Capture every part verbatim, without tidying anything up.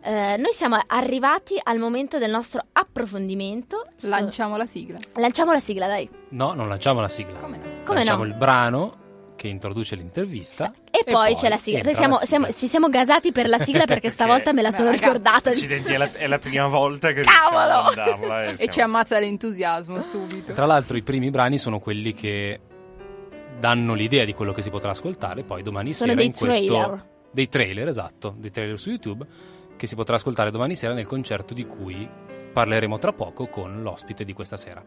eh, noi siamo arrivati al momento del nostro approfondimento. Lanciamo la sigla. Lanciamo la sigla, dai. No, non lanciamo la sigla. Come no? Come lanciamo no? il brano che introduce l'intervista. E, e poi, poi c'è la sigla. Noi entra siamo, la sigla. siamo, ci siamo gasati per la sigla perché stavolta me la sono ragazzi, ricordata. Accidenti, è la, è la prima volta che Cavolo! riusciamo a mandarla. eh, E ci siamo- ammazza l'entusiasmo subito. Tra l'altro i primi brani sono quelli che danno l'idea di quello che si potrà ascoltare, poi domani Sono sera dei in questo trailer. dei trailer, esatto, dei trailer su YouTube che si potrà ascoltare domani sera nel concerto di cui parleremo tra poco con l'ospite di questa sera.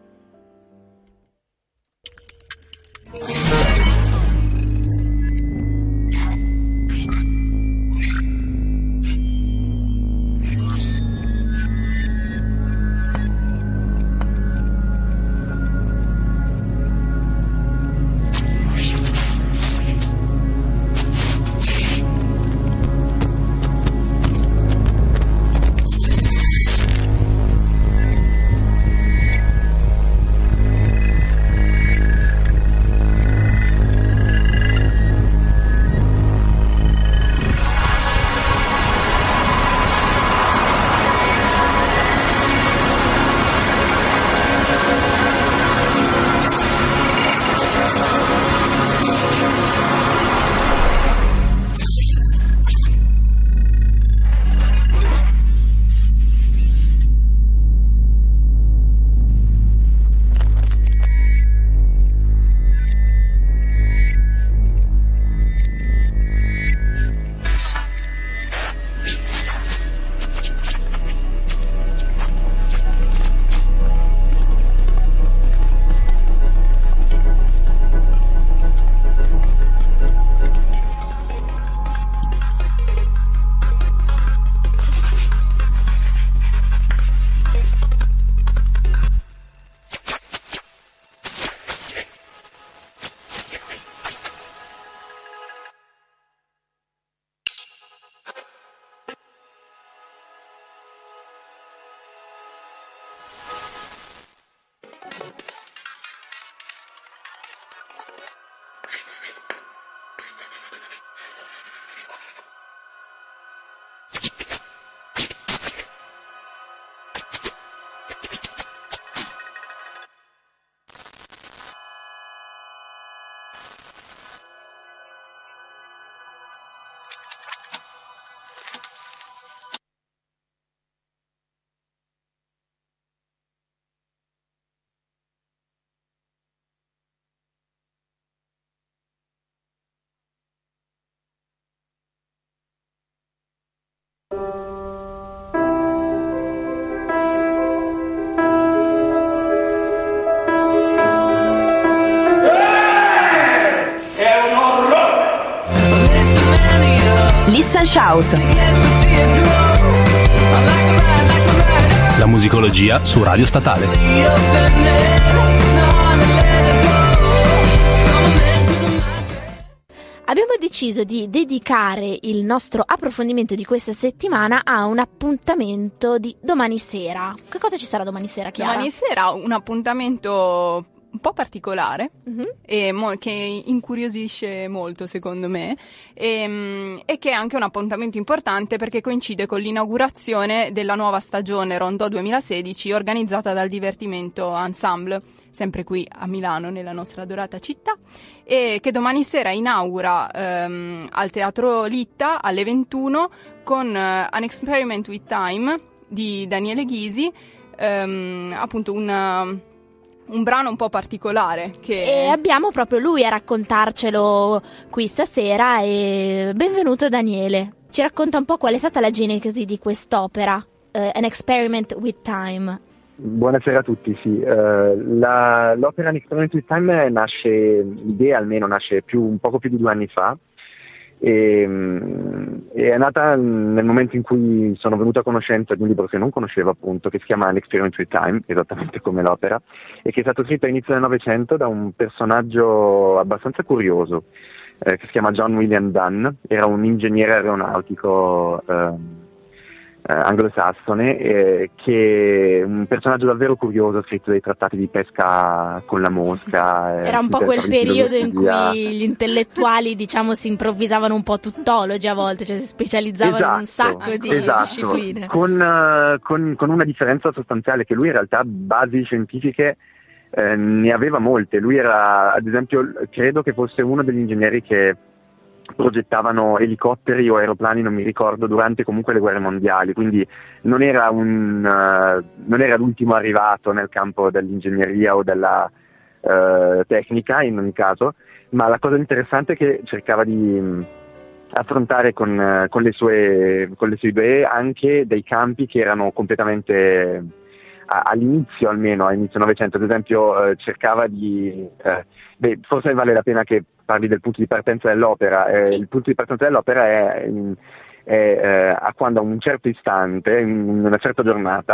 Listen Shout. La musicologia su Radio Statale. Abbiamo deciso di dedicare il nostro approfondimento di questa settimana a un appuntamento di domani sera. Che cosa ci sarà domani sera, Chiara? Domani sera un appuntamento un po' particolare Mhm. e mo- che incuriosisce molto secondo me e, e che è anche un appuntamento importante perché coincide con l'inaugurazione della nuova stagione Rondò duemilasedici organizzata dal Divertimento Ensemble, sempre qui a Milano nella nostra adorata città, e che domani sera inaugura ehm, al Teatro Litta alle ventuno con eh, An Experiment with Time di Daniele Ghisi, ehm, appunto un un brano un po' particolare che... E abbiamo proprio lui a raccontarcelo qui stasera e benvenuto Daniele. Ci racconta un po' qual è stata la genesi di quest'opera, eh, An Experiment with Time. Buonasera a tutti, sì. Uh, la, l'opera An Experiment with Time nasce, l'idea almeno nasce più, un poco più di due anni fa e, um, e è nata nel momento in cui sono venuto a conoscenza di un libro che non conoscevo appunto, che si chiama An Experiment with Time, esattamente come l'opera, e che è stato scritto all'inizio del Novecento da un personaggio abbastanza curioso eh, che si chiama John William Dunn. Era un ingegnere aeronautico eh, anglosassone, eh, che è un personaggio davvero curioso, ha scritto dei trattati di pesca con la mosca. Era un po' quel periodo in cui gli intellettuali, diciamo, si improvvisavano un po' tuttologi a volte, cioè si specializzavano esatto, in un sacco di esatto. discipline. Con, uh, con, con una differenza sostanziale, che lui in realtà basi scientifiche eh, ne aveva molte. Lui era, ad esempio, credo che fosse uno degli ingegneri che progettavano elicotteri o aeroplani, non mi ricordo, durante comunque le guerre mondiali, quindi non era un uh, non era l'ultimo arrivato nel campo dell'ingegneria o della uh, tecnica in ogni caso, ma la cosa interessante è che cercava di mh, affrontare con, uh, con le sue con le sue idee anche dei campi che erano completamente a, all'inizio, almeno a inizio Novecento, ad esempio uh, cercava di uh, beh, forse vale la pena che parli del punto di partenza dell'opera. Eh, sì. Il punto di partenza dell'opera è, è eh, a quando a un certo istante, in una certa giornata,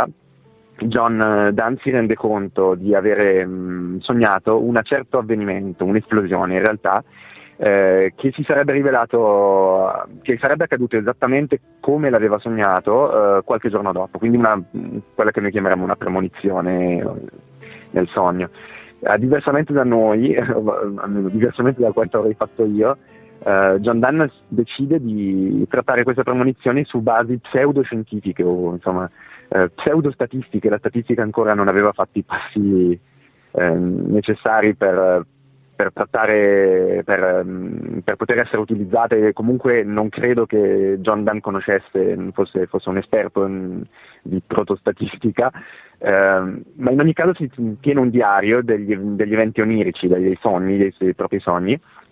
John Donne si rende conto di avere mh, sognato un certo avvenimento, un'esplosione in realtà, eh, che si sarebbe rivelato, che sarebbe accaduto esattamente come l'aveva sognato eh, qualche giorno dopo, quindi una, quella che noi chiameremo una premonizione nel sogno. Uh, diversamente da noi, diversamente da quanto avrei fatto io, uh, John Donne decide di trattare queste premonizioni su basi pseudoscientifiche o insomma uh, pseudostatistiche. La statistica ancora non aveva fatto i passi uh, necessari per, per trattare, per, um, per poter essere utilizzate. Comunque non credo che John Donne conoscesse, fosse, fosse un esperto in, di protostatistica. Uh, ma in ogni caso si tiene un diario degli, degli eventi onirici, dei sogni, dei suoi propri sogni,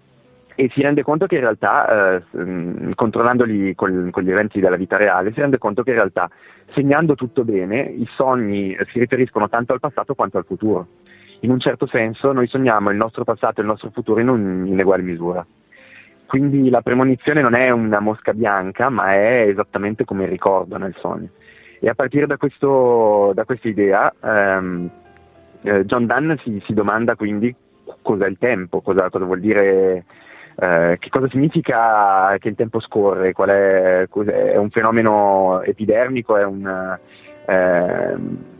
e si rende conto che in realtà, uh, controllandoli con, con gli eventi della vita reale, si rende conto che in realtà, segnando tutto bene, i sogni si riferiscono tanto al passato quanto al futuro. In un certo senso noi sogniamo il nostro passato e il nostro futuro in, un, in eguale misura. Quindi la premonizione non è una mosca bianca, ma è esattamente come il ricordo nel sogno. E a partire da, questo, da questa idea, ehm, eh, John Donne si, si domanda quindi cos'è il tempo, cosa, cosa vuol dire, eh, che cosa significa che il tempo scorre, qual è, è un fenomeno epidermico, è un, eh,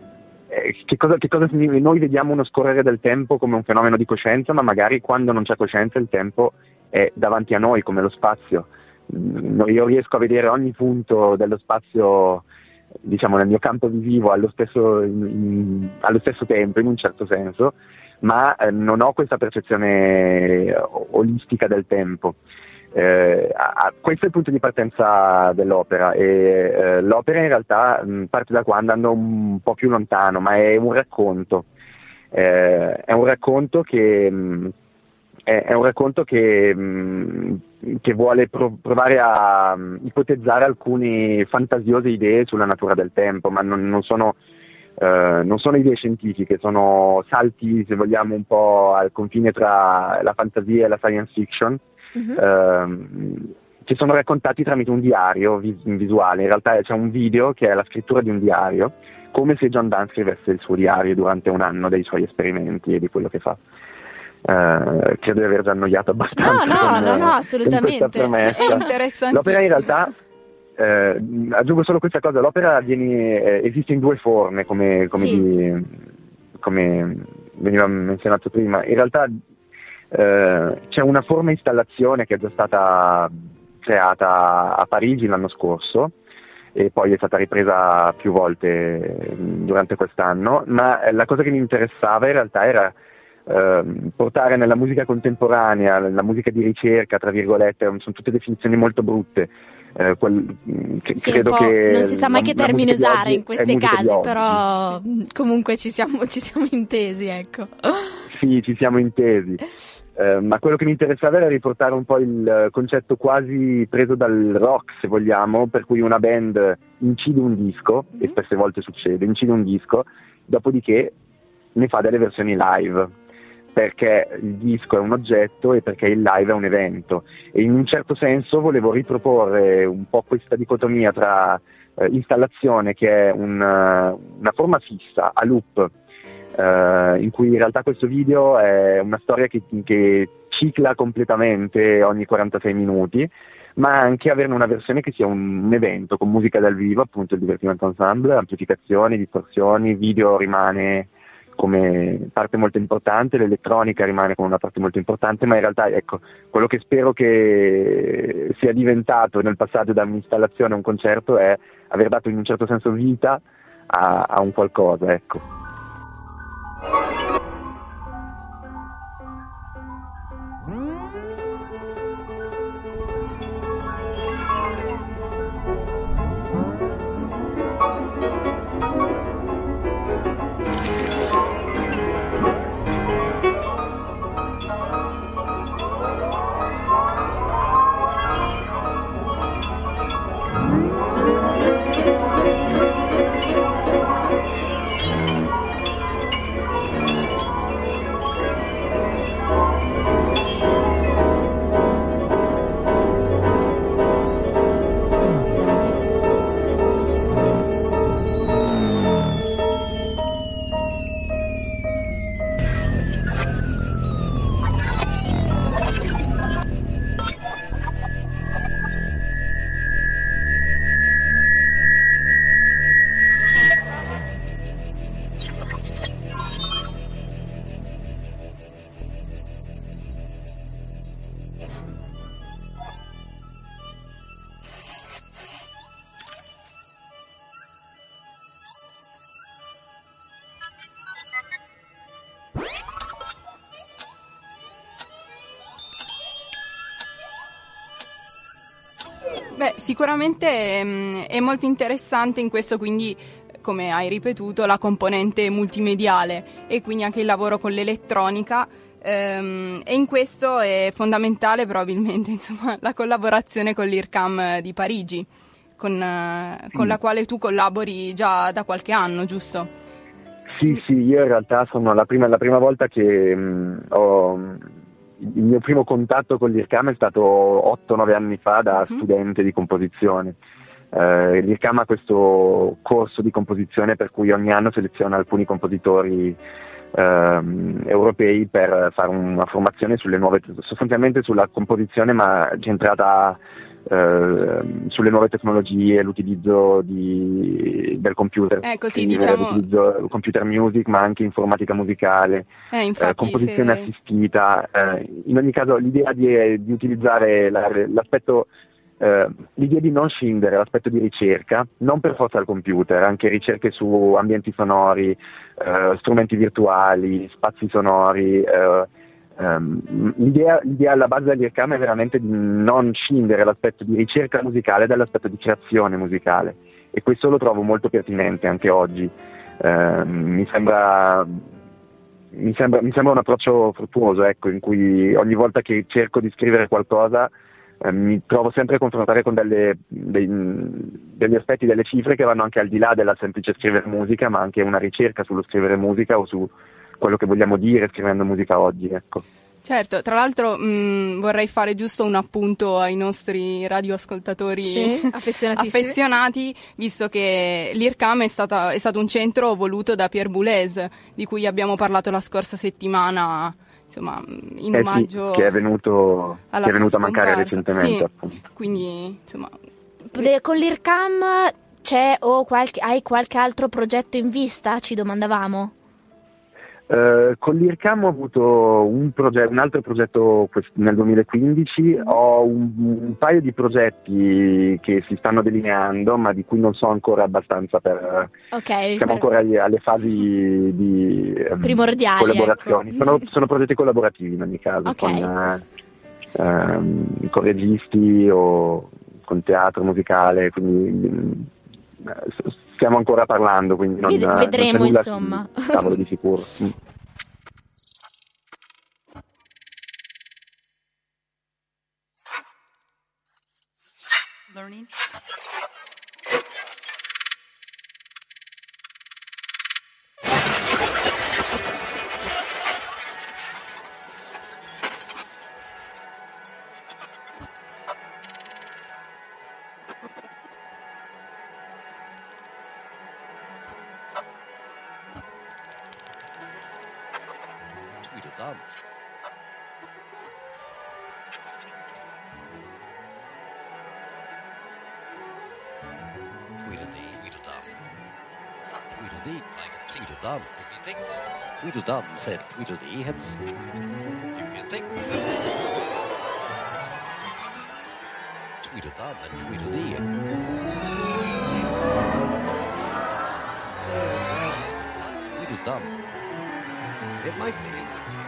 che cosa, che cosa significa? Noi vediamo uno scorrere del tempo come un fenomeno di coscienza, ma magari quando non c'è coscienza il tempo è davanti a noi come lo spazio. Io riesco a vedere ogni punto dello spazio, diciamo, nel mio campo visivo allo stesso, in, allo stesso tempo, in un certo senso, ma eh, non ho questa percezione olistica del tempo. Eh, a, questo è il punto di partenza dell'opera, e eh, l'opera in realtà mh, parte da qua andando un po' più lontano, ma è un racconto. Eh, è un racconto che mh, è, è un racconto che mh, che vuole prov- provare a um, ipotizzare alcune fantasiose idee sulla natura del tempo, ma non, non sono uh, non sono idee scientifiche, sono salti, se vogliamo, un po' al confine tra la fantasia e la science fiction, mm-hmm. uh, che sono raccontati tramite un diario vis- visuale. In realtà c'è un video che è la scrittura di un diario, come se John Donne scrivesse il suo diario durante un anno dei suoi esperimenti e di quello che fa. Uh, credo di aver già annoiato abbastanza. No, no, con, no, no, assolutamente. È interessantissimo. L'opera in realtà, eh, aggiungo solo questa cosa, l'opera viene, eh, esiste in due forme, come, come, sì. di, come veniva menzionato prima. In realtà eh, c'è una forma installazione che è già stata creata a Parigi l'anno scorso e poi è stata ripresa più volte durante quest'anno, ma la cosa che mi interessava in realtà era Uh, portare nella musica contemporanea, nella musica di ricerca, tra virgolette, sono tutte definizioni molto brutte. Uh, quel, che, sì, credo che non si sa mai la, che termine usare in questi casi, di però sì. Comunque ci siamo, ci siamo intesi, ecco. Sì, ci siamo intesi. Uh, ma quello che mi interessava era riportare un po' il concetto quasi preso dal rock, se vogliamo, per cui una band incide un disco, mm-hmm. e spesse volte succede, incide un disco, dopodiché ne fa delle versioni live, perché il disco è un oggetto e perché il live è un evento, e in un certo senso volevo riproporre un po' questa dicotomia tra eh, installazione, che è un, una forma fissa a loop, eh, in cui in realtà questo video è una storia che, che cicla completamente ogni quarantasei minuti, ma anche averne una versione che sia un, un evento con musica dal vivo, appunto il Divertimento Ensemble, amplificazioni, distorsioni, video rimane come parte molto importante, l'elettronica rimane come una parte molto importante, ma in realtà ecco, quello che spero che sia diventato nel passaggio da un'installazione a un concerto è aver dato in un certo senso vita a, a un qualcosa, ecco. Beh, sicuramente mh, è molto interessante in questo, quindi, come hai ripetuto, la componente multimediale e quindi anche il lavoro con l'elettronica, ehm, e in questo è fondamentale probabilmente insomma, la collaborazione con l'I R C A M di Parigi, con, eh, con la quale tu collabori già da qualche anno, giusto? Sì, sì, io in realtà sono la prima, la prima volta che mh, ho... Il mio primo contatto con l'I R C A M è stato otto nove anni fa da uh-huh. studente di composizione. Eh, L'I R C A M ha questo corso di composizione per cui ogni anno seleziona alcuni compositori ehm, europei per fare una formazione sulle nuove, sostanzialmente sulla composizione ma centrata eh, sulle nuove tecnologie, l'utilizzo di, del computer, ecco, sì, quindi diciamo... l'utilizzo computer music ma anche informatica musicale, eh, infatti, eh, composizione se... assistita. Eh, in ogni caso l'idea di, di utilizzare la, l'aspetto Uh, l'idea di non scindere l'aspetto di ricerca, non per forza al computer, anche ricerche su ambienti sonori, uh, strumenti virtuali, spazi sonori. Uh, um, l'idea, l'idea alla base dell'I R C A M è veramente di non scindere l'aspetto di ricerca musicale dall'aspetto di creazione musicale, e questo lo trovo molto pertinente anche oggi. Uh, mi sembra mi sembra mi sembra un approccio fruttuoso, ecco, in cui ogni volta che cerco di scrivere qualcosa Eh, mi trovo sempre a confrontare con delle, dei, degli aspetti, delle cifre che vanno anche al di là della semplice scrivere musica, ma anche una ricerca sullo scrivere musica o su quello che vogliamo dire scrivendo musica oggi, ecco. Certo, tra l'altro mh, vorrei fare giusto un appunto ai nostri radioascoltatori sì, affezionati, visto che l'I R C A M è, stata, è stato un centro voluto da Pierre Boulez, di cui abbiamo parlato la scorsa settimana, insomma, in eh omaggio sì, che è venuto, che è venuto a mancare recentemente. Sì, appunto. Quindi, insomma... Con l'I R C A M c'è o qualche, hai qualche altro progetto in vista? Ci domandavamo. Uh, con l'I R C A M ho avuto un, progetto, un altro progetto nel duemilaquindici, ho un, un paio di progetti che si stanno delineando ma di cui non so ancora abbastanza per... Okay, siamo per... ancora alle, alle fasi di um, primordiali, collaborazioni, ecco. sono, sono progetti collaborativi in ogni caso, okay. con, uh, um, con registi o con teatro musicale, quindi uh, stiamo ancora parlando, quindi non, vedremo non insomma. Di, tavolo di sicuro. Mm. Learning. Tweedledee, like Tweedledum. If you think Tweedledum said Tweedledee, hence if you think Tweedledum and Tweedledee. Tweedledum. It might be.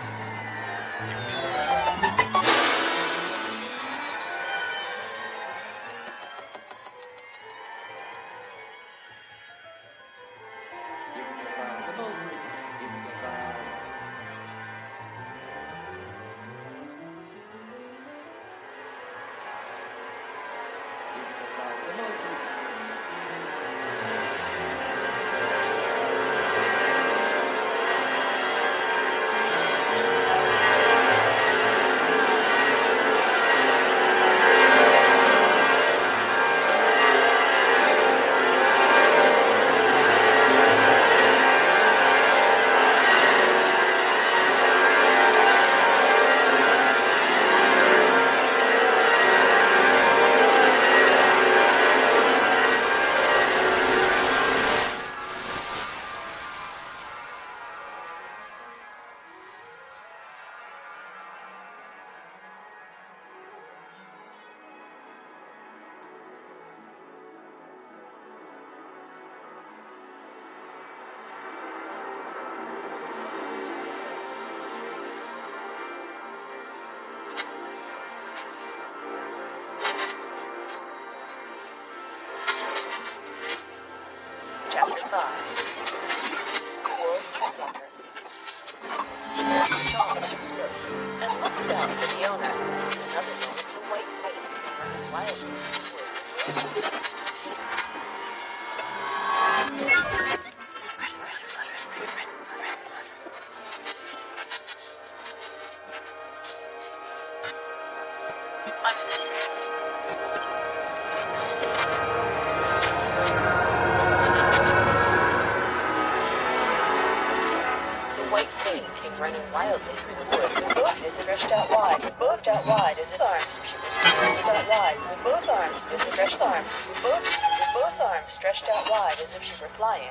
Stretched out wide as if she were flying.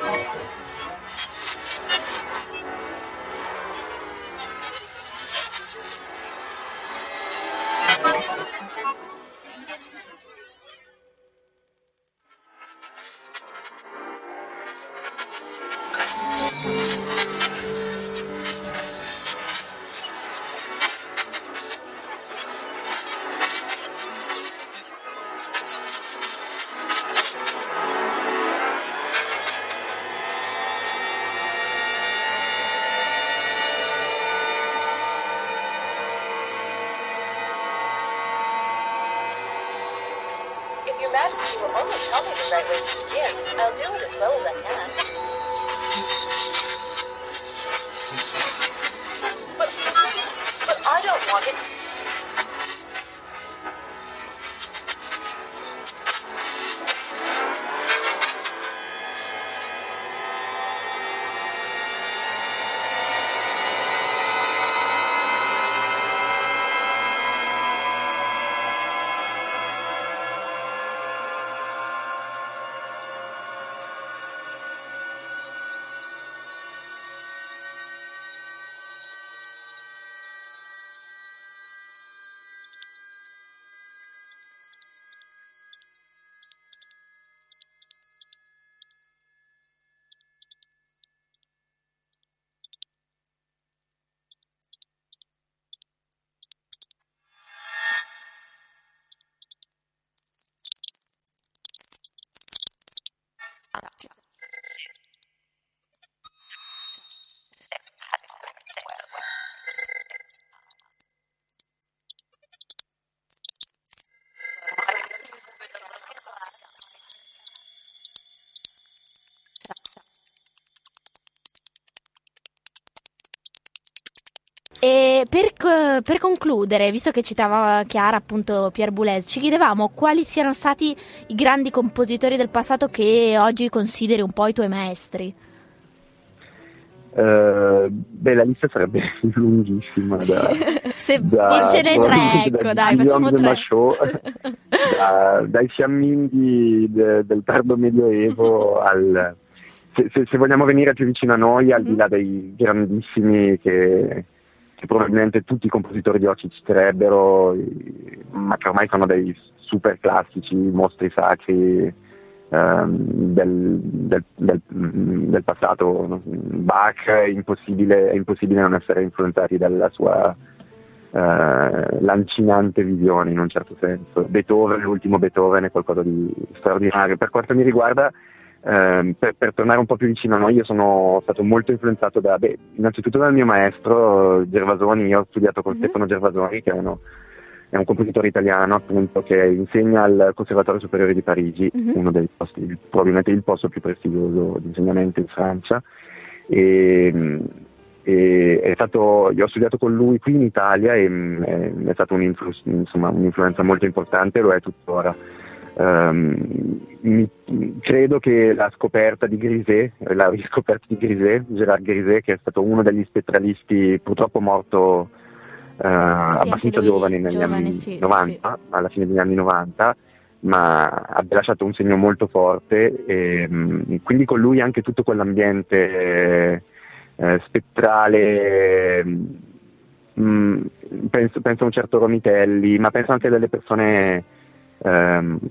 Your Majesty will only tell me the right way to begin. I'll do it as well as I can. But, but I don't want it. E per, per concludere, visto che citava Chiara appunto Pierre Boulez, ci chiedevamo quali siano stati i grandi compositori del passato che oggi consideri un po' i tuoi maestri. Uh, beh, la lista sarebbe lunghissima. Da, Se da, dincene tre, ecco, da dai, facciamo tre. Show, da, dai fiamminghi de, del tardo medioevo al, se, se, se vogliamo venire più vicino a noi, al di Mhm. là dei grandissimi che, che probabilmente tutti i compositori di oggi citerebbero, i- ma che ormai sono dei super classici, mostri sacri ehm, del, del, del, del passato. no? Bach è impossibile, è impossibile non essere influenzati dalla sua eh, lancinante visione, in un certo senso. Beethoven, l'ultimo Beethoven, è qualcosa di straordinario. Per quanto mi riguarda, ehm, per, per tornare un po' più vicino a noi, io sono stato molto influenzato da, beh, innanzitutto dal mio maestro Gervasoni. Io ho studiato con Mhm. Stefano Gervasoni, che è, uno- è un compositore italiano, appunto, che insegna al Conservatorio Superiore di Parigi, Mhm. uno dei posti, probabilmente il posto più prestigioso di insegnamento in Francia. E, e è stato, io ho studiato con lui qui in Italia e mm, è, è stata un'influ- insomma, un'influenza molto importante, lo è tuttora. Ehm, mi- credo che la scoperta di Grisè, la riscoperta di Grisè, Gérard Grisè, che è stato uno degli spettralisti, purtroppo morto eh, anche abbastanza lui giovane negli giovane, anni sì, sì, novanta, alla fine degli anni novanta, ma abbia lasciato un segno molto forte e mh, quindi con lui anche tutto quell'ambiente eh, spettrale, mh, penso, penso a un certo Romitelli, ma penso anche a delle persone ehm,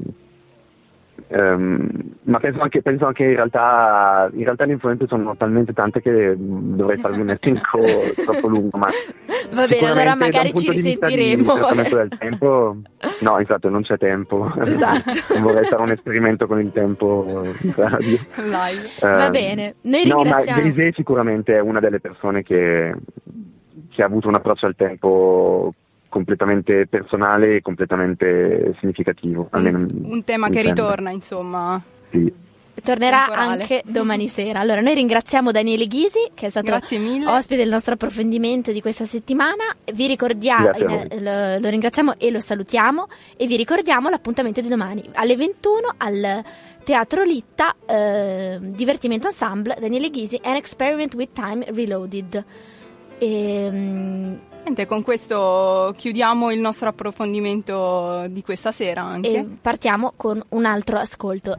ehm, ma penso anche, penso anche in realtà in realtà le influenze sono talmente tante che mh, dovrei farvi un elenco troppo lungo, ma Va bene, allora sicuramente da un magari punto ci di vista di risentiremo. trattamento del tempo, no, infatti non c'è tempo. Esatto. Non vorrei fare un esperimento con il tempo in radio. Live. Va Ehm, bene, noi no, ma ringraziamo. Grisè sicuramente è una delle persone che, che ha avuto un approccio al tempo completamente personale e completamente significativo. Almeno Un, un tema mi che sembra. ritorna, insomma. Sì. Tornerà temporale. anche domani sera. Allora, noi ringraziamo Daniele Ghisi, che è stato Grazie mille. ospite del nostro approfondimento di questa settimana. Vi ricordiamo, Grazie a voi. lo, lo ringraziamo e lo salutiamo. E vi ricordiamo l'appuntamento di domani alle ventuno al Teatro Litta, eh, Divertimento Ensemble, Daniele Ghisi, An Experiment with Time Reloaded. E, mm, Niente, con questo chiudiamo il nostro approfondimento di questa sera anche. e partiamo con un altro ascolto.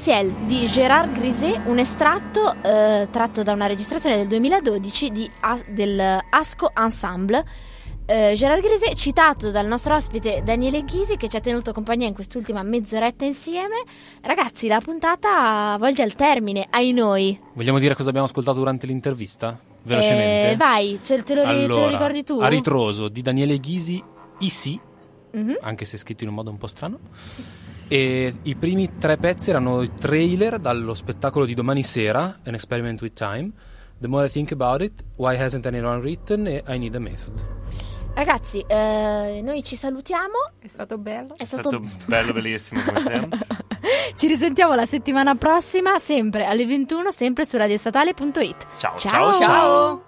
Ciel di Gérard Griset, un estratto eh, tratto da una registrazione del duemiladodici di As- del Asco Ensemble. eh, Gérard Griset, citato dal nostro ospite Daniele Ghisi, che ci ha tenuto compagnia in quest'ultima mezz'oretta insieme. Ragazzi, la puntata volge al termine, ai noi. Vogliamo dire cosa abbiamo ascoltato durante l'intervista? Velocemente. Eh, vai, ce, te, lo, allora, te lo ricordi tu? A ritroso di Daniele Ghisi, Easy, Mm-hmm. anche se scritto in un modo un po' strano. E i primi tre pezzi erano i trailer dallo spettacolo di domani sera, An Experiment with Time, The More I Think About It, Why Hasn't Anyone Written e I Need a Method. Ragazzi, eh, noi ci salutiamo. È stato bello. È È stato, stato bello, bellissimo come sempre. Ci risentiamo la settimana prossima, sempre alle ventuno, sempre su radiostatale punto it. Ciao, Ciao. ciao, ciao.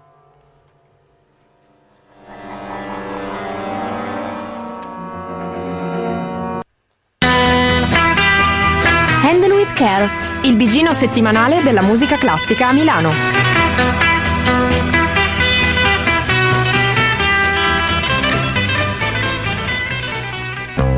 Handle with Care, il bigino settimanale della musica classica a Milano.